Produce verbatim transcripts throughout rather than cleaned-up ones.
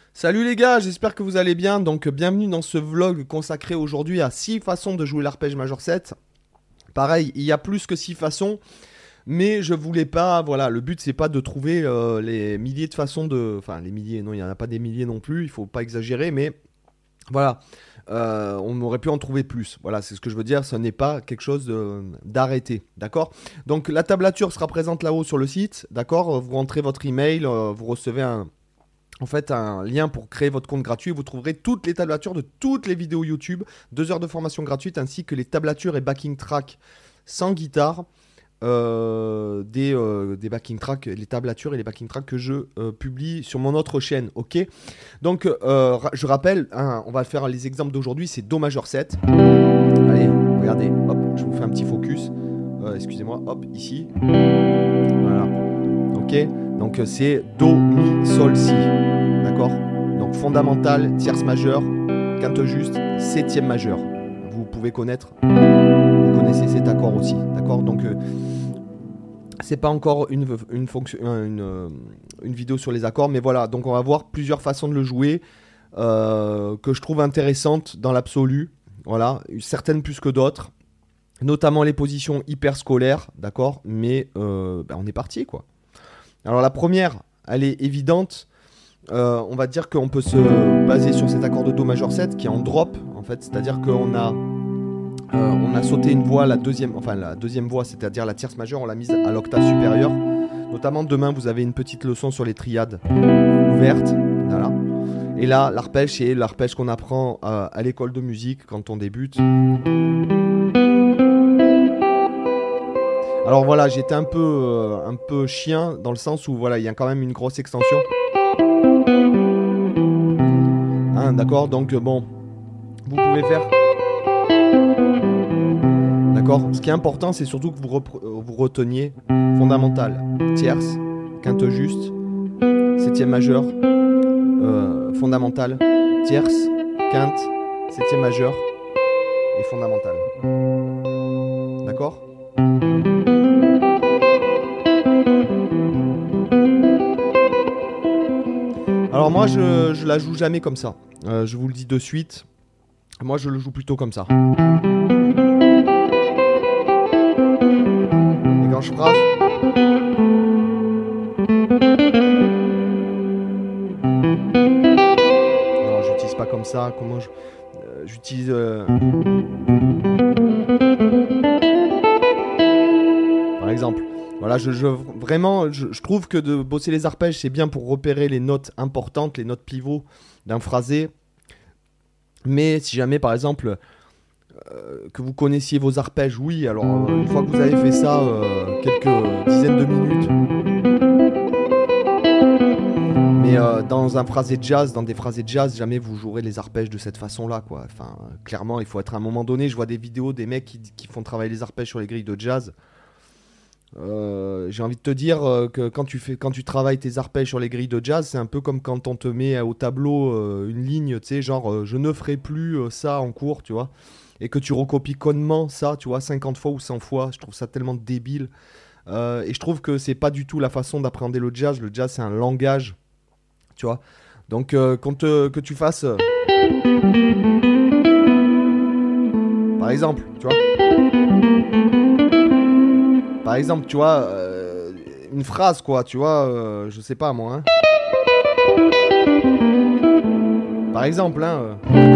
Salut les gars, j'espère que vous allez bien. Donc bienvenue dans ce vlog consacré aujourd'hui à six façons de jouer l'arpège majeur sept. Pareil, il y a plus que six façons, mais je voulais pas, voilà, le but c'est pas de trouver euh, les milliers de façons de... Enfin les milliers, non, il n'y en a pas des milliers non plus, il faut pas exagérer, mais voilà, euh, on aurait pu en trouver plus. Voilà, c'est ce que je veux dire, ce n'est pas quelque chose de- d'arrêté, d'accord? Donc la tablature sera présente là-haut sur le site, d'accord? Vous rentrez votre email, euh, vous recevez un en fait un lien pour créer votre compte gratuit. Vous trouverez toutes les tablatures de toutes les vidéos YouTube, deux heures de formation gratuite, ainsi que les tablatures et backing tracks sans guitare, euh, des, euh, des backing tracks, les tablatures et les backing tracks que je euh, publie sur mon autre chaîne, ok? Donc euh, ra- je rappelle, hein, on va faire les exemples d'aujourd'hui, c'est Do majeur sept. Allez, regardez, hop, je vous fais un petit focus. Euh, excusez-moi, hop, ici. Voilà, ok? Donc euh, c'est Do, Mi, Sol, Si. D'accord? Donc fondamental, tierce majeure, quinte juste, septième majeure. Vous pouvez connaître, vous connaissez cet accord aussi. D'accord? Donc euh, c'est pas encore une, une, fonction, une, euh, une vidéo sur les accords, mais voilà. Donc on va voir plusieurs façons de le jouer euh, que je trouve intéressantes dans l'absolu. Voilà, certaines plus que d'autres, notamment les positions hyper scolaires, d'accord? Mais euh, bah, on est parti quoi. Alors la première, elle est évidente. Euh, on va dire qu'on peut se baser sur cet accord de Do majeur sept qui est en drop en fait, c'est-à-dire qu'on a, euh, on a sauté une voix, la deuxième, enfin la deuxième voix, c'est-à-dire la tierce majeure, on l'a mise à l'octave supérieure. Notamment demain, vous avez une petite leçon sur les triades ouvertes, voilà. Et là, l'arpège, c'est l'arpège qu'on apprend euh, à l'école de musique quand on débute. Alors voilà, j'étais un peu, euh, un peu chien dans le sens où voilà, il y a quand même une grosse extension. Hein, d'accord, donc euh, bon, vous pouvez faire. D'accord. Ce qui est important, c'est surtout que vous, repre- euh, vous reteniez fondamental, tierce, quinte juste, septième majeure, euh, fondamental, tierce, quinte, septième majeure et fondamental. D'accord. Alors moi, je, je la joue jamais comme ça. Euh, je vous le dis de suite. Moi, je le joue plutôt comme ça. Et quand je phrase. Non, j'utilise pas comme ça. Comment je. euh, j'utilise. euh, Par exemple. Voilà, je, je- vraiment, je, je trouve que de bosser les arpèges, c'est bien pour repérer les notes importantes, les notes pivots d'un phrasé. Mais si jamais, par exemple, euh, que vous connaissiez vos arpèges, oui, alors euh, une fois que vous avez fait ça euh, quelques dizaines de minutes, mais euh, dans un phrasé de jazz, dans des phrasés de jazz, jamais vous jouerez les arpèges de cette façon-là, quoi. Enfin, euh, clairement, il faut être à un moment donné. Je vois des vidéos des mecs qui, qui font travailler les arpèges sur les grilles de jazz. Euh, j'ai envie de te dire euh, que quand tu, fais, quand tu travailles tes arpèges sur les grilles de jazz, c'est un peu comme quand on te met au tableau euh, une ligne, tu sais, genre euh, je ne ferai plus euh, ça en cours, tu vois, et que tu recopies connement ça, tu vois, cinquante fois ou cent fois. Je trouve ça tellement débile. Euh, et je trouve que c'est pas du tout la façon d'appréhender le jazz. Le jazz, c'est un langage, tu vois. Donc, euh, qu'on te- que tu fasses, euh, par exemple, tu vois. Par exemple, tu vois, euh, une phrase, quoi, tu vois, euh, je sais pas moi, hein. Par exemple, hein.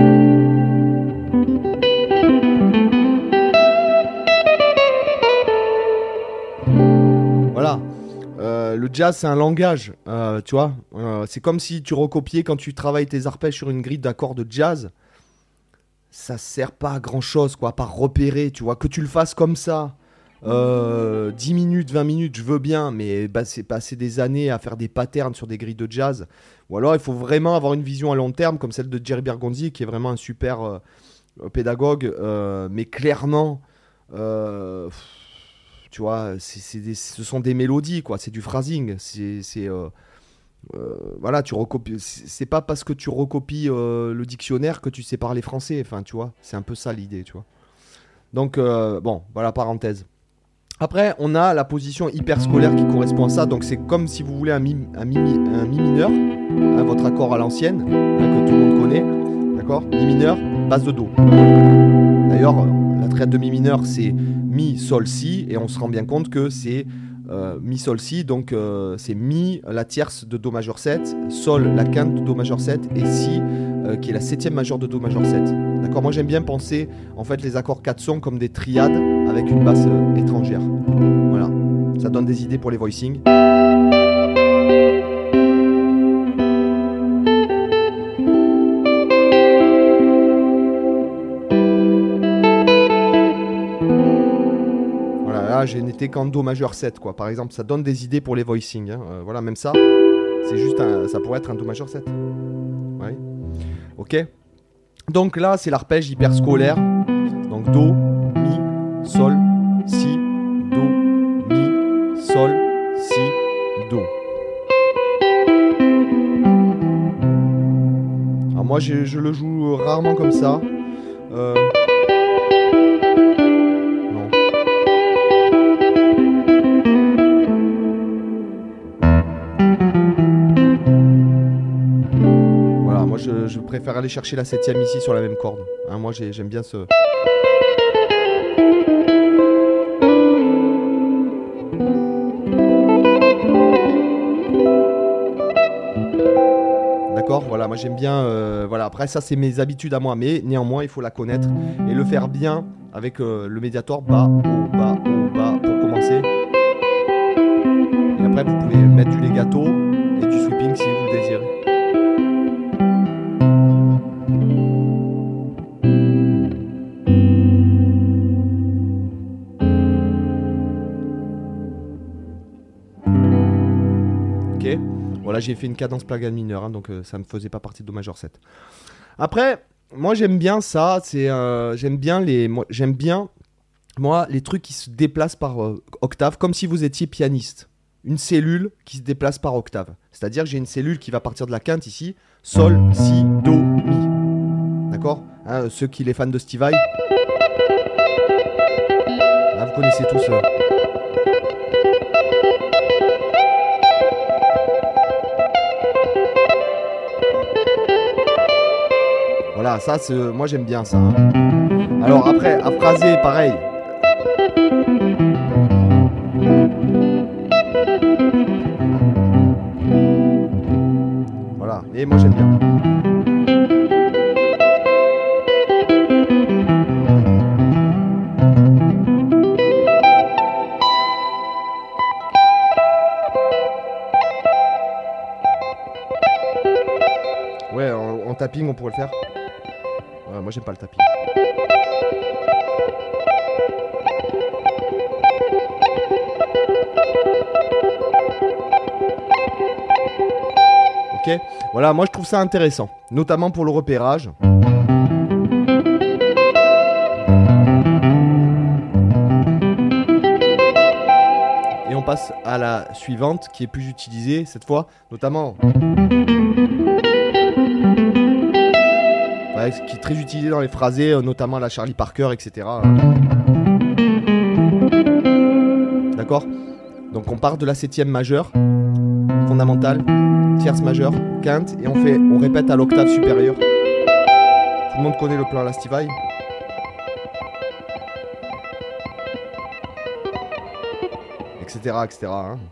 euh, voilà. Euh, le jazz, c'est un langage, euh, tu vois. Euh, c'est comme si tu recopiais quand tu travailles tes arpèges sur une grille d'accords de jazz. Ça sert pas à grand chose, quoi, à part repérer, tu vois. Que tu le fasses comme ça, euh, dix minutes, vingt minutes, je veux bien, mais bah, c'est passer des années à faire des patterns sur des grilles de jazz. Ou alors, il faut vraiment avoir une vision à long terme, comme celle de Jerry Bergonzi, qui est vraiment un super euh, pédagogue, euh, mais clairement, euh, pff, tu vois, c'est, c'est des- ce sont des mélodies, quoi. C'est du phrasing, c'est, c'est, euh, euh, voilà, tu recopies. C'est c'est pas parce que tu recopies euh, le dictionnaire que tu sais parler français. Enfin, tu vois, c'est un peu ça l'idée, tu vois. Donc, euh, bon, voilà, parenthèse. Après, on a la position hyper scolaire qui correspond à ça. Donc, c'est comme si vous voulez un mi, un mi, un mi mineur. hein, votre accord à l'ancienne, hein, que tout le monde connaît, d'accord? Mi mineur, base de Do. D'ailleurs, la triade de Mi mineur, c'est Mi, Sol, Si, et on se rend bien compte que c'est euh, Mi, Sol, Si, donc euh, c'est Mi, la tierce de Do majeur sept, Sol, la quinte de Do majeur sept, et Si, euh, qui est la septième majeure de Do majeur sept. D'accord? Moi, j'aime bien penser, en fait, les accords quatre sons comme des triades avec une basse euh, étrangère. Voilà, ça donne des idées pour les voicings. Je n'étais qu'en Do majeur sept, quoi. Par exemple, ça donne des idées pour les voicings. Hein. Euh, voilà, même ça, c'est juste un, ça pourrait être un Do majeur sept. Ouais. Ok. Donc là, c'est l'arpège hyper scolaire. Donc Do, Mi, Sol, Si, Do, Mi, Sol, Si, Do. Alors moi, je, je le joue rarement comme ça. Euh... Je, je préfère aller chercher la septième ici sur la même corde. Hein, moi j'aime bien ce... D'accord, voilà, moi j'aime bien... Euh, voilà, après ça c'est mes habitudes à moi, mais néanmoins il faut la connaître et le faire bien avec euh, le médiator bas, haut, bas, haut, bas pour commencer. Et après vous pouvez mettre du legato et du sweeping si vous le désirez. Voilà, j'ai fait une cadence plagale mineure, hein, donc euh, ça ne faisait pas partie de Do majeur sept. Après, moi j'aime bien ça, c'est, euh, j'aime bien les, moi, j'aime bien, moi, les trucs qui se déplacent par euh, octave, comme si vous étiez pianiste. Une cellule qui se déplace par octave. C'est-à-dire que j'ai une cellule qui va partir de la quinte ici, Sol, Si, Do, Mi. D'accord, hein, ceux qui les fans de Steve Vai. Là, vous connaissez tous... Euh, Voilà, ça, c'est, moi j'aime bien ça. Hein. Alors après, à phraser, pareil. Voilà, et moi j'aime bien. Ouais, en, en tapping, on pourrait le faire. Ouais, moi j'aime pas le tapping. Ok, voilà, moi je trouve ça intéressant, notamment pour le repérage. Et on passe à la suivante qui est plus utilisée cette fois, notamment... Ouais, qui est très utilisé dans les phrasés, notamment la Charlie Parker, et cetera. D'accord? Donc on part de la septième majeure, fondamentale, tierce majeure, quinte, et on fait, on répète à l'octave supérieure. Tout le monde connaît le plan à la Steve Vai. Etc, et cetera. Hein.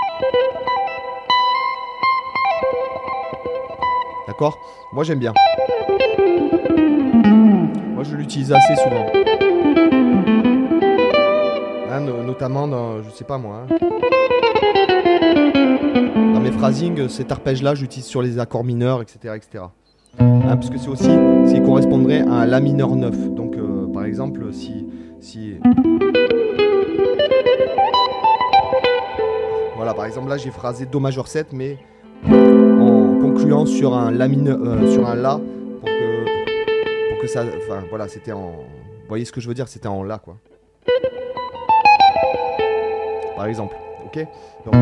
D'accord? Moi j'aime bien. Moi je l'utilise assez souvent. Hein, no- notamment dans, je sais pas moi. Hein. Dans mes phrasings, cet arpège-là, j'utilise sur les accords mineurs, et cetera, et cetera. Hein, parce que c'est aussi ce qui correspondrait à un La mineur neuf. Donc, euh, par exemple, si, si... Voilà, par exemple, là, j'ai phrasé Do majeur sept, mais en concluant sur un La mineur, euh, sur un La, pour que, pour que ça... Enfin, voilà, c'était en... Vous voyez ce que je veux dire? C'était en La, quoi. Par exemple, ok? Donc...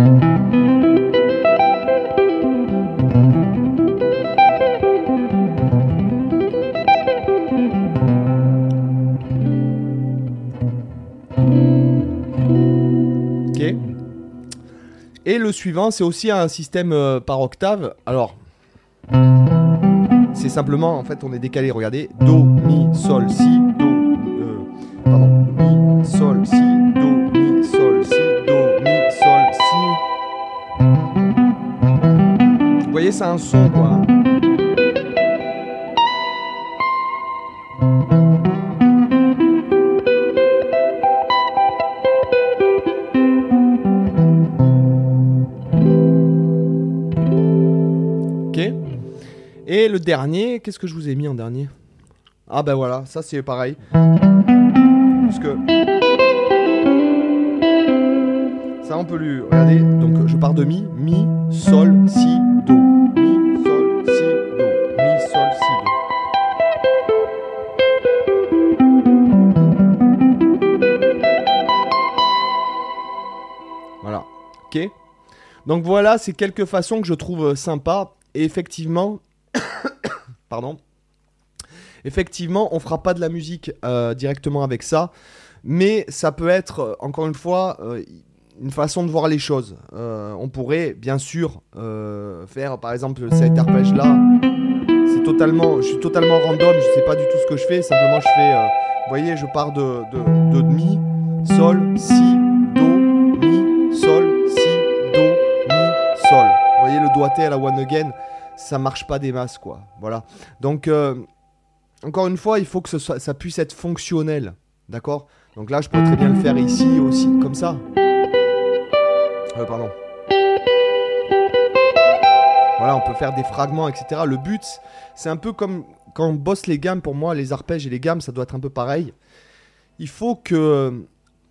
Et le suivant, c'est aussi un système euh, par octave. Alors, C'est simplement, en fait, on est décalé. Regardez, Do, Mi, Sol, Si, Do, euh, pardon, Mi, Sol, Si, Do, Mi, Sol, Si, Do, Mi, Sol, Si. Vous voyez, c'est un son, quoi. Hein. Et le dernier, qu'est-ce que je vous ai mis en dernier? Ah ben voilà, ça c'est pareil. Parce que ça on peut lui... Regardez, donc je pars de Mi, Mi, Sol, Si, Do. Mi, Sol, Si, Do. Mi, Sol, Si, Do. Voilà, ok. Donc voilà, c'est quelques façons que je trouve sympas. Et effectivement... Pardon. Effectivement, on fera pas de la musique euh, directement avec ça, mais ça peut être, euh, encore une fois, euh, une façon de voir les choses. Euh, on pourrait, bien sûr, euh, faire, par exemple, cet arpège-là. C'est totalement, je suis totalement random, je sais pas du tout ce que je fais. Simplement, je fais, euh, vous voyez, je pars de, de, de Mi, Sol, Si, Do, Mi, Sol, Si, Do, Mi, Sol. Vous voyez le doigté à la one again. Ça marche pas des masses, quoi. Voilà. Donc, euh, encore une fois, il faut que ce soit, ça puisse être fonctionnel. D'accord? Donc là, je peux très bien le faire ici aussi, comme ça. Euh, pardon. Voilà, on peut faire des fragments, et cetera. Le but, c'est un peu comme quand on bosse les gammes. Pour moi, les arpèges et les gammes, ça doit être un peu pareil. Il faut que...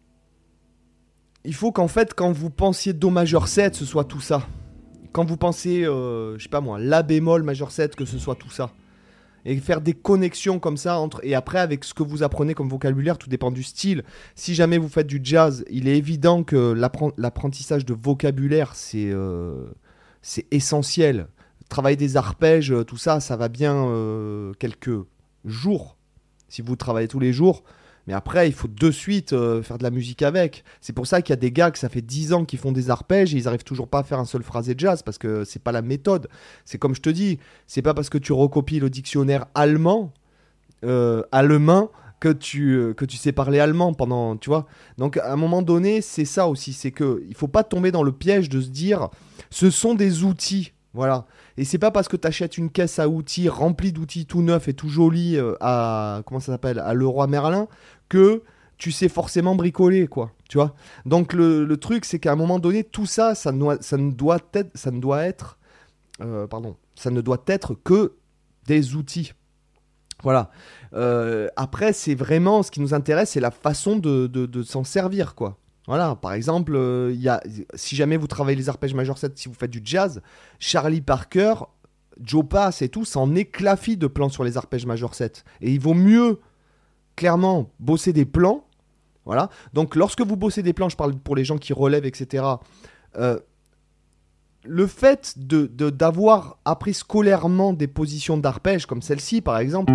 Il faut qu'en fait, quand vous pensiez Do majeur sept, ce soit tout ça. Quand vous pensez, euh, je sais pas moi, La bémol majeur sept, que ce soit tout ça. Et faire des connexions comme ça entre... Et après, avec ce que vous apprenez comme vocabulaire, tout dépend du style. Si jamais vous faites du jazz, il est évident que l'appren- l'apprentissage de vocabulaire, c'est, euh, c'est essentiel. Travailler des arpèges, tout ça, ça va bien euh, quelques jours. Si vous travaillez tous les jours... Mais après, il faut de suite euh, faire de la musique avec. C'est pour ça qu'il y a des gars que ça fait dix ans qu'ils font des arpèges et ils arrivent toujours pas à faire un seul phrasé de jazz parce que c'est pas la méthode. C'est comme je te dis, c'est pas parce que tu recopies le dictionnaire allemand, euh, allemand, que tu, euh, que tu sais parler allemand pendant, tu vois. Donc à un moment donné, c'est ça aussi, c'est que il faut pas tomber dans le piège de se dire, ce sont des outils. Voilà. Et c'est pas parce que tu achètes une caisse à outils remplie d'outils tout neufs et tout jolis euh, à comment ça s'appelle à Leroy Merlin que tu sais forcément bricoler, quoi. Tu vois. Donc le, le truc, c'est qu'à un moment donné, tout ça, ça ne doit, ça ne doit être, ça ne doit être, euh, pardon, ça ne doit être que des outils. Voilà. Euh, après, c'est vraiment ce qui nous intéresse, c'est la façon de, de, de s'en servir, quoi. Voilà, par exemple, euh, y a, si jamais vous travaillez les arpèges majeur sept, si vous faites du jazz, Charlie Parker, Joe Pass et tout, s'en éclafit de plans sur les arpèges majeur sept. Et il vaut mieux, clairement, bosser des plans. Voilà. Donc, lorsque vous bossez des plans, je parle pour les gens qui relèvent, et cetera. Euh, le fait de, de, d'avoir appris scolairement des positions d'arpège, comme celle-ci, par exemple...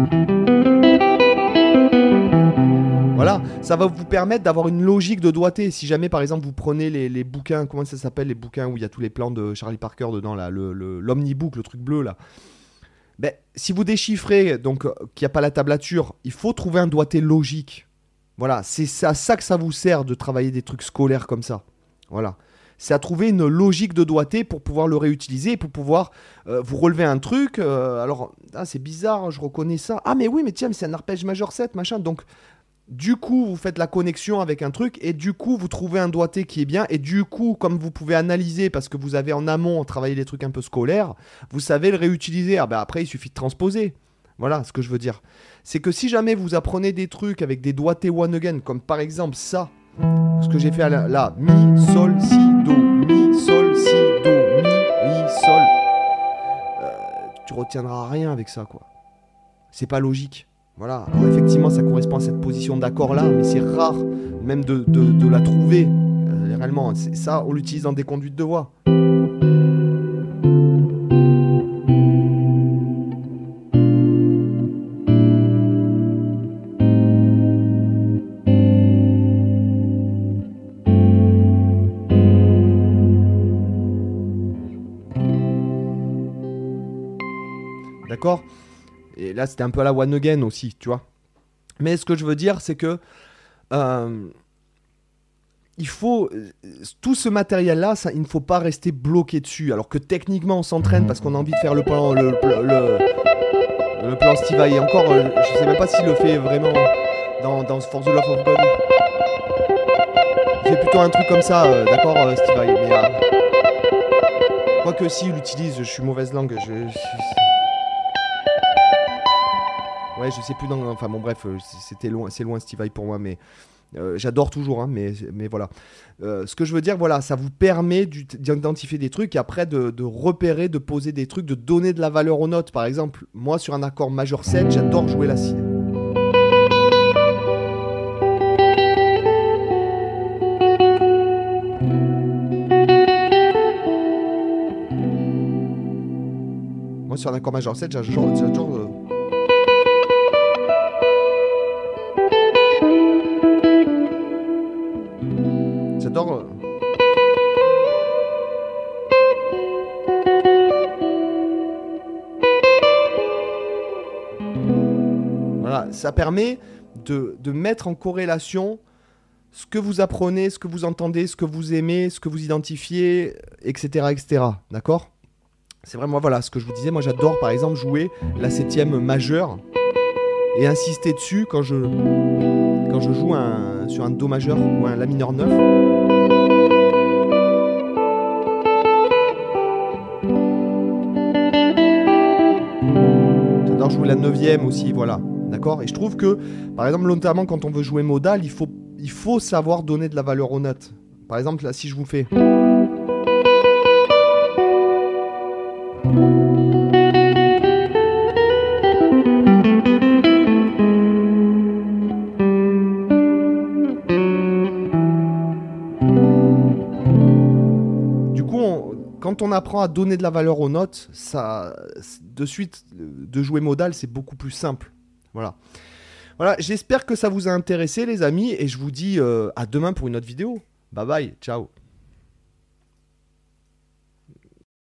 Voilà, ça va vous permettre d'avoir une logique de doigté. Si jamais, par exemple, vous prenez les, les bouquins, comment ça s'appelle, les bouquins où il y a tous les plans de Charlie Parker dedans, là, le, le, l'omnibook, le truc bleu, là. Ben, si vous déchiffrez, donc, euh, qu'il n'y a pas la tablature, il faut trouver un doigté logique. Voilà, c'est à ça que ça vous sert de travailler des trucs scolaires comme ça. Voilà. C'est à trouver une logique de doigté pour pouvoir le réutiliser, pour pouvoir euh, vous relever un truc. Euh, alors, ah, c'est bizarre, je reconnais ça. Ah, mais oui, mais tiens, mais c'est un arpège majeur sept, machin. Donc, du coup, vous faites la connexion avec un truc et du coup, vous trouvez un doigté qui est bien. Et du coup, comme vous pouvez analyser parce que vous avez en amont travaillé des trucs un peu scolaires, vous savez le réutiliser. Ah ben après, il suffit de transposer. Voilà ce que je veux dire. C'est que si jamais vous apprenez des trucs avec des doigtés one again, comme par exemple ça, ce que j'ai fait là, là mi, sol, si, do, mi, sol, si, do, mi, mi, sol, euh, tu retiendras rien avec ça, quoi. C'est pas logique. Voilà, alors effectivement ça correspond à cette position d'accord là, mais c'est rare même de, de, de la trouver euh, réellement. C'est, ça, on l'utilise dans des conduites de voix. D'accord? Et là, c'était un peu à la one again aussi, tu vois. Mais ce que je veux dire, c'est que euh, il faut tout ce matériel-là, ça, il ne faut pas rester bloqué dessus. Alors que techniquement, on s'entraîne parce qu'on a envie de faire le plan, le, le, le, le plan Steve Vai. Et encore, euh, je sais même pas s'il le fait vraiment dans, dans For the Love of God. Il fait plutôt un truc comme ça, euh, d'accord, euh, Steve Vai. Mais euh, quoique si, il l'utilise. Je suis mauvaise langue. Je, je, Ouais, je sais plus dans. Enfin bon, bref, c'était loin, c'est loin Steve Vai pour moi, mais euh, j'adore toujours, hein, mais, mais voilà. Euh, ce que je veux dire, voilà, ça vous permet d'identifier des trucs et après de, de repérer, de poser des trucs, de donner de la valeur aux notes. Par exemple, moi sur un accord majeur sept, j'adore jouer la si. Moi sur un accord majeur sept, j'adore. j'adore euh, J'adore. Voilà, ça permet de, de mettre en corrélation ce que vous apprenez, ce que vous entendez, ce que vous aimez, ce que vous identifiez, et cetera, et cetera. D'accord? C'est vraiment, voilà, ce que je vous disais. Moi, j'adore, par exemple, jouer la septième majeure et insister dessus quand je, quand je joue un, sur un Do majeur ou un La mineur neuf. J'adore jouer la neuvième aussi, voilà. D'accord? Et je trouve que, par exemple, notamment quand on veut jouer modal, il faut, il faut savoir donner de la valeur aux notes. Par exemple, là, si je vous fais... Du coup, on, quand on apprend à donner de la valeur aux notes, ça, de suite, de jouer modal, c'est beaucoup plus simple. Voilà. Voilà, j'espère que ça vous a intéressé, les amis, et je vous dis euh, à demain pour une autre vidéo. Bye bye, ciao.